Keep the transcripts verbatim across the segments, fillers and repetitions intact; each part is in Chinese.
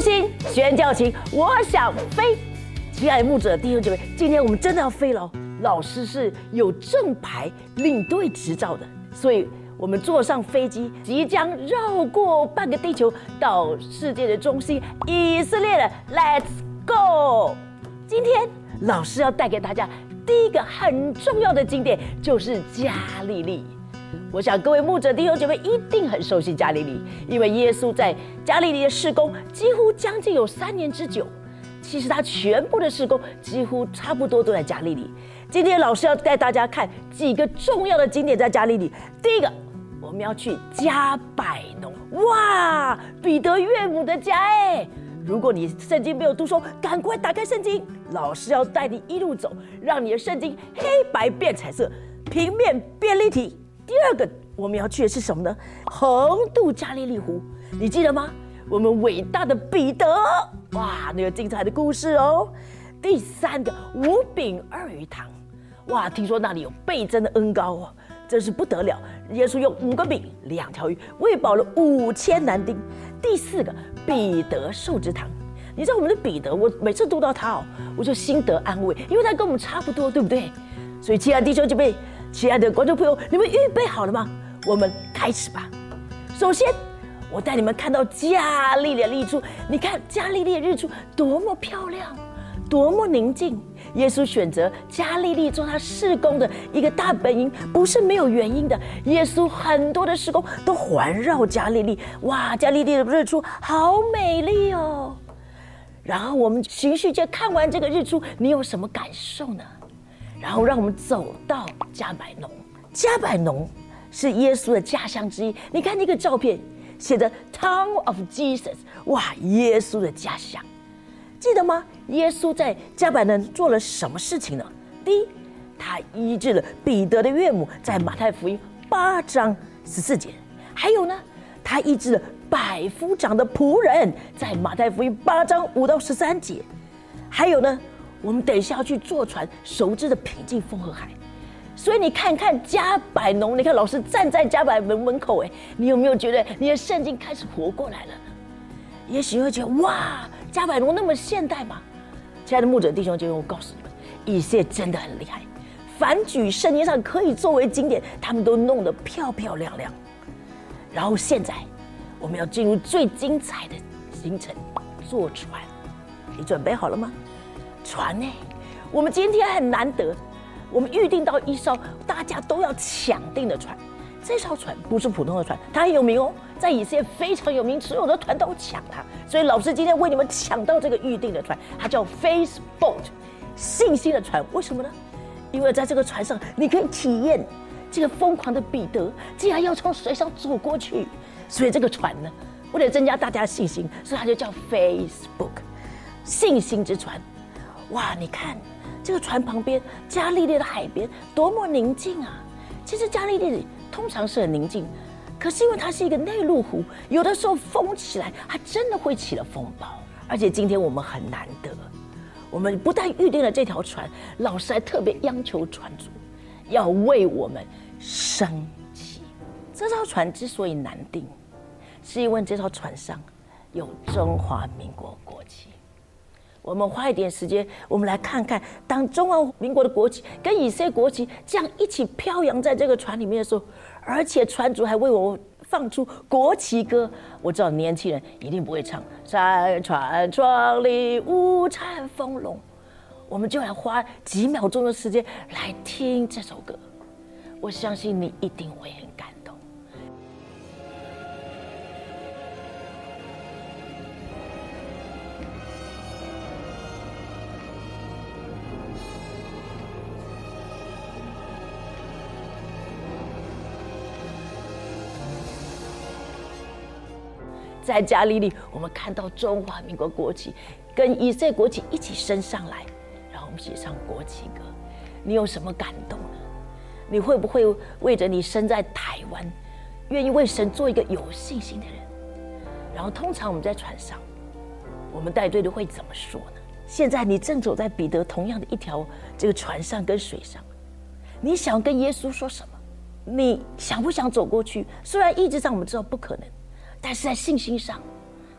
心宣教情，我想飞。亲爱的牧者弟兄姐妹，今天我们真的要飞了。老师是有正牌领队执照的，所以我们坐上飞机，即将绕过半个地球，到世界的中心以色列了。Let's go！ 今天老师要带给大家第一个很重要的景点，就是加利利。我想各位牧者弟兄姐妹一定很熟悉加利利，因为耶稣在加利利的事工几乎将近有三年之久。其实他全部的事工几乎差不多都在加利利。今天老师要带大家看几个重要的景点在加利利。第一个，我们要去加百农。哇，彼得岳母的家哎！如果你圣经没有读熟，赶快打开圣经，老师要带你一路走，让你的圣经黑白变彩色，平面变立体。第二个我们要去的是什么呢？横渡加利利湖，你记得吗？我们伟大的彼得，哇，那个精彩的故事哦。第三个，五饼二鱼汤，哇，听说那里有倍增的恩膏哦，真是不得了。耶稣用五个饼两条鱼喂饱了五千男丁。第四个，彼得受之堂，你知道我们的彼得，我每次读到他哦，我就心得安慰，因为他跟我们差不多，对不对？所以亲爱的弟兄姐妹，亲爱的观众朋友，你们预备好了吗？我们开始吧。首先，我带你们看到加利利的日出，你看加利利的日出多么漂亮，多么宁静。耶稣选择加利利做他事工的一个大本营，不是没有原因的。耶稣很多的事工都环绕加利利，哇，加利利的日出好美丽哦。然后我们循序渐看完这个日出，你有什么感受呢？然后让我们走到加百农。加百农是耶稣的家乡之一，你看这个照片写着 Town of Jesus， 哇，耶稣的家乡，记得吗？耶稣在加百农做了什么事情呢？第一，他医治了彼得的岳母，在马太福音八章十四节。还有呢，他医治了百夫长的仆人，在马太福音八章五到十三节。还有呢，我们等一下要去坐船，熟知的平静风和海。所以你看看加百农，你看老师站在加百农门口，哎，你有没有觉得你的圣经开始活过来了呢？也许你会觉得哇，加百农那么现代吗？亲爱的牧者弟兄姐妹，我告诉你们，以色列真的很厉害，凡举圣经上可以作为经典，他们都弄得漂漂亮亮。然后现在我们要进入最精彩的行程，坐船。你准备好了吗？船呢？我们今天很难得。我们预定到一艘大家都要抢订的船，这艘船不是普通的船，它很有名哦，在以色列非常有名，所有的团都抢它。所以老师今天为你们抢到这个预定的船，它叫 Faith Boat， 信心的船。为什么呢？因为在这个船上，你可以体验这个疯狂的彼得竟然要从水上走过去。所以这个船呢，为了增加大家的信心，所以它就叫 Faith Boat， 信心之船。哇，你看。这个船旁边，加利利的海边多么宁静啊！其实加利利通常是很宁静，可是因为它是一个内陆湖，有的时候风起来，它真的会起了风暴。而且今天我们很难得，我们不但预定了这条船，老师还特别央求船主要为我们升旗。这艘船之所以难订，是因为这艘船上有中华民国国旗。我们花一点时间，我们来看看，当中华民国的国旗跟以色列国旗这样一起飘扬在这个船里面的时候，而且船主还为我放出国旗歌。我知道年轻人一定不会唱“山川壮丽，五彩丰隆”，我们就来花几秒钟的时间来听这首歌。我相信你一定会很感动。在加利利，我们看到中华民国国旗跟以色列国旗一起升上来，然后我们写上国旗歌。你有什么感动呢？你会不会为着你身在台湾，愿意为神做一个有信心的人？然后通常我们在船上，我们带队的会怎么说呢？现在你正走在彼得同样的一条这个船上跟水上，你想跟耶稣说什么？你想不想走过去？虽然意志上我们知道不可能，但是在信心上，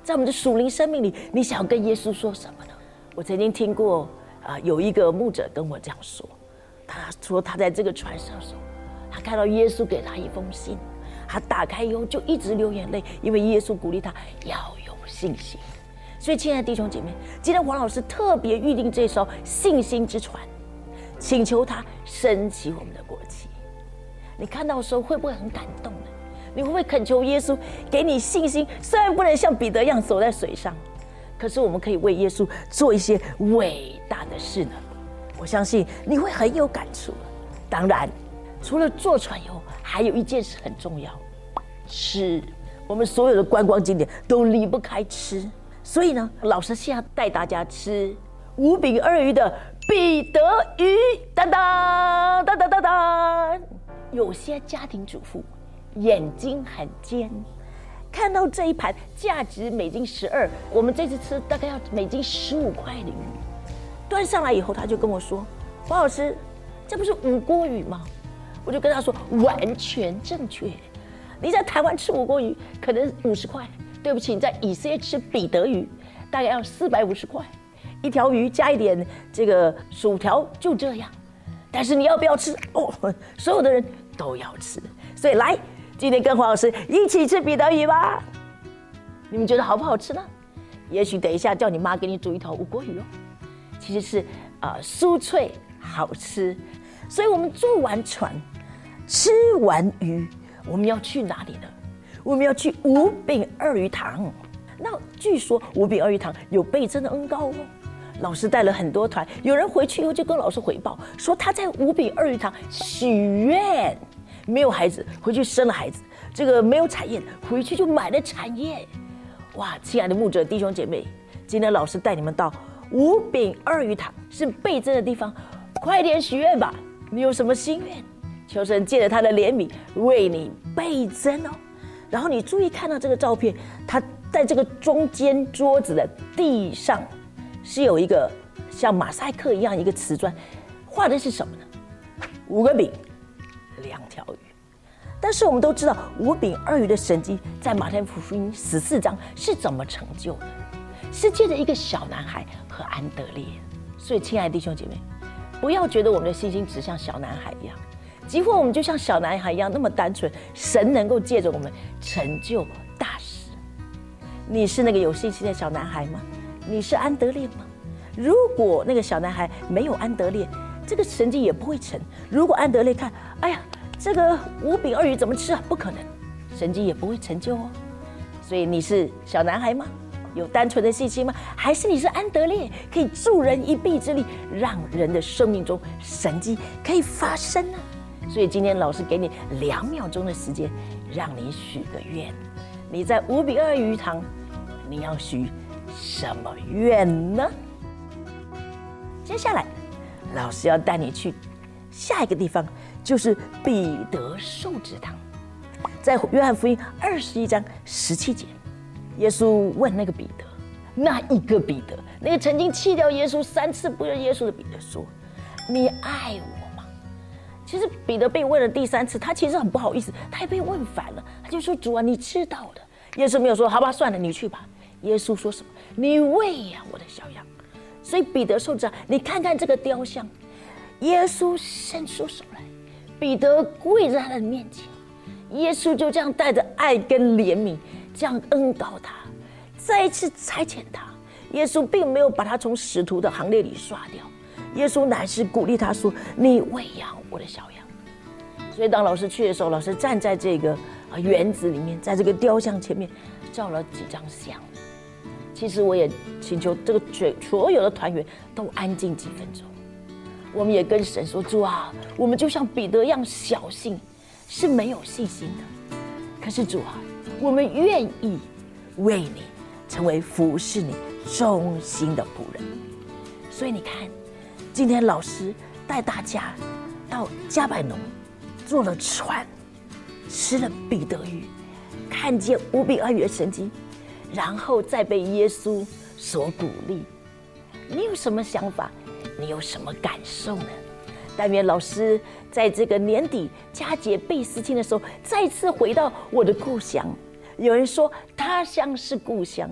在我们的属灵生命里，你想要跟耶稣说什么呢？我曾经听过啊、呃，有一个牧者跟我这样说，他说他在这个船上的时候，他看到耶稣给他一封信，他打开以后就一直流眼泪，因为耶稣鼓励他要有信心。所以，亲爱的弟兄姐妹，今天黄老师特别预定这艘信心之船，请求他升起我们的国旗。你看到的时候会不会很感动呢？你会不会恳求耶稣给你信心？虽然不能像彼得一样走在水上，可是我们可以为耶稣做一些伟大的事呢。我相信你会很有感触。当然，除了坐船以后，还有一件事很重要，吃。我们所有的观光景点都离不开吃，所以呢，老师现在带大家吃五饼二鱼的彼得鱼，当当当当当当。有些家庭主妇眼睛很尖，看到这一盘价值美金十二，我们这次吃大概要美金十五块的鱼，端上来以后，他就跟我说：“黄老师，这不是五锅鱼吗？”我就跟他说：“完全正确。你在台湾吃五锅鱼可能五十块，对不起，你在以色列吃彼得鱼大概要四百五十块，一条鱼加一点这个薯条就这样。但是你要不要吃？哦，所有的人都要吃，所以来。”今天跟黄老师一起吃彼得鱼吧，你们觉得好不好吃呢？也许等一下叫你妈给你煮一条五锅鱼哦，其实是呃酥脆好吃。所以我们坐完船，吃完鱼，我们要去哪里呢？我们要去五饼二鱼堂。那据说五饼二鱼堂有倍增的恩膏哦。老师带了很多团，有人回去以后就跟老师回报说他在五饼二鱼堂许愿。没有孩子回去生了孩子，这个没有产业回去就买了产业。哇，亲爱的牧者弟兄姐妹，今天老师带你们到五饼二鱼堂，是倍增的地方，快点许愿吧！你有什么心愿？求神借着他的怜悯为你倍增哦。然后你注意看到这个照片，他在这个中间桌子的地上是有一个像马赛克一样一个瓷砖，画的是什么呢？五个饼。两条鱼，但是我们都知道五饼二鱼的神迹在马太福音十四章是怎么成就的？是借着一个小男孩和安德烈。所以，亲爱的弟兄姐妹，不要觉得我们的信心只像小男孩一样，几乎我们就像小男孩一样那么单纯。神能够借着我们成就大事。你是那个有信心的小男孩吗？你是安德烈吗？如果那个小男孩没有安德烈，这个神迹也不会成。如果安德烈看，哎呀，这个五饼二鱼怎么吃啊？不可能，神迹也不会成就哦。所以你是小男孩吗？有单纯的信心吗？还是你是安德烈，可以助人一臂之力，让人的生命中神迹可以发生呢？所以今天老师给你两秒钟的时间，让你许个愿。你在五饼二鱼堂，你要许什么愿呢？接下来，老师要带你去下一个地方，就是彼得受子堂。在约翰福音二十一章十七节，耶稣问那个彼得，那一个彼得，那个曾经弃掉耶稣三次不认耶稣的彼得说：“你爱我吗？”其实彼得被问了第三次，他其实很不好意思，他也被问反了，他就说：“主啊，你知道的。”耶稣没有说：“好吧，算了，你去吧。”耶稣说什么？“你喂养我的小羊。”所以彼得受子，你看看这个雕像，耶稣伸出手来，彼得跪在他的面前，耶稣就这样带着爱跟怜悯，这样恩膏他，再一次差遣他。耶稣并没有把他从使徒的行列里刷掉，耶稣乃是鼓励他说：“你喂养我的小羊。”所以当老师去的时候，老师站在这个园子里面，在这个雕像前面照了几张相。其实我也请求这个所有的团员都安静几分钟。我们也跟神说：“主啊，我们就像彼得一样小信，是没有信心的。可是主啊，我们愿意为你成为服侍你忠心的仆人。”所以你看，今天老师带大家到加百农，坐了船，吃了彼得鱼，看见五饼二鱼的神迹。然后再被耶稣所鼓励，你有什么想法？你有什么感受呢？但愿老师在这个年底佳节倍思亲的时候，再次回到我的故乡。有人说他乡是故乡，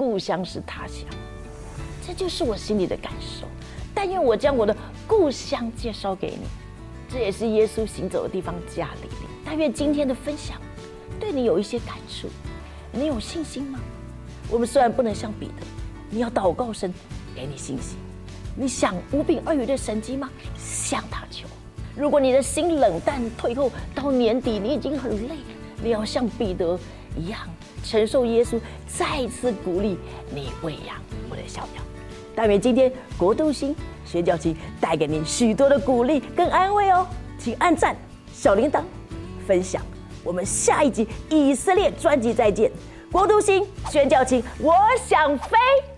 故乡是他乡。这就是我心里的感受。但愿我将我的故乡介绍给你，这也是耶稣行走的地方加利利。但愿今天的分享对你有一些感触，你有信心吗？我们虽然不能像彼得，你要祷告神给你信心。你想五饼二鱼的神迹吗？向他求。如果你的心冷淡退后，到年底你已经很累，你要像彼得一样承受耶稣再次鼓励你喂养我的小羊。但愿今天国度星宣教期带给你许多的鼓励跟安慰哦，请按赞、小铃铛、分享。我们下一集以色列专辑再见。国度星宣教期，我想飞。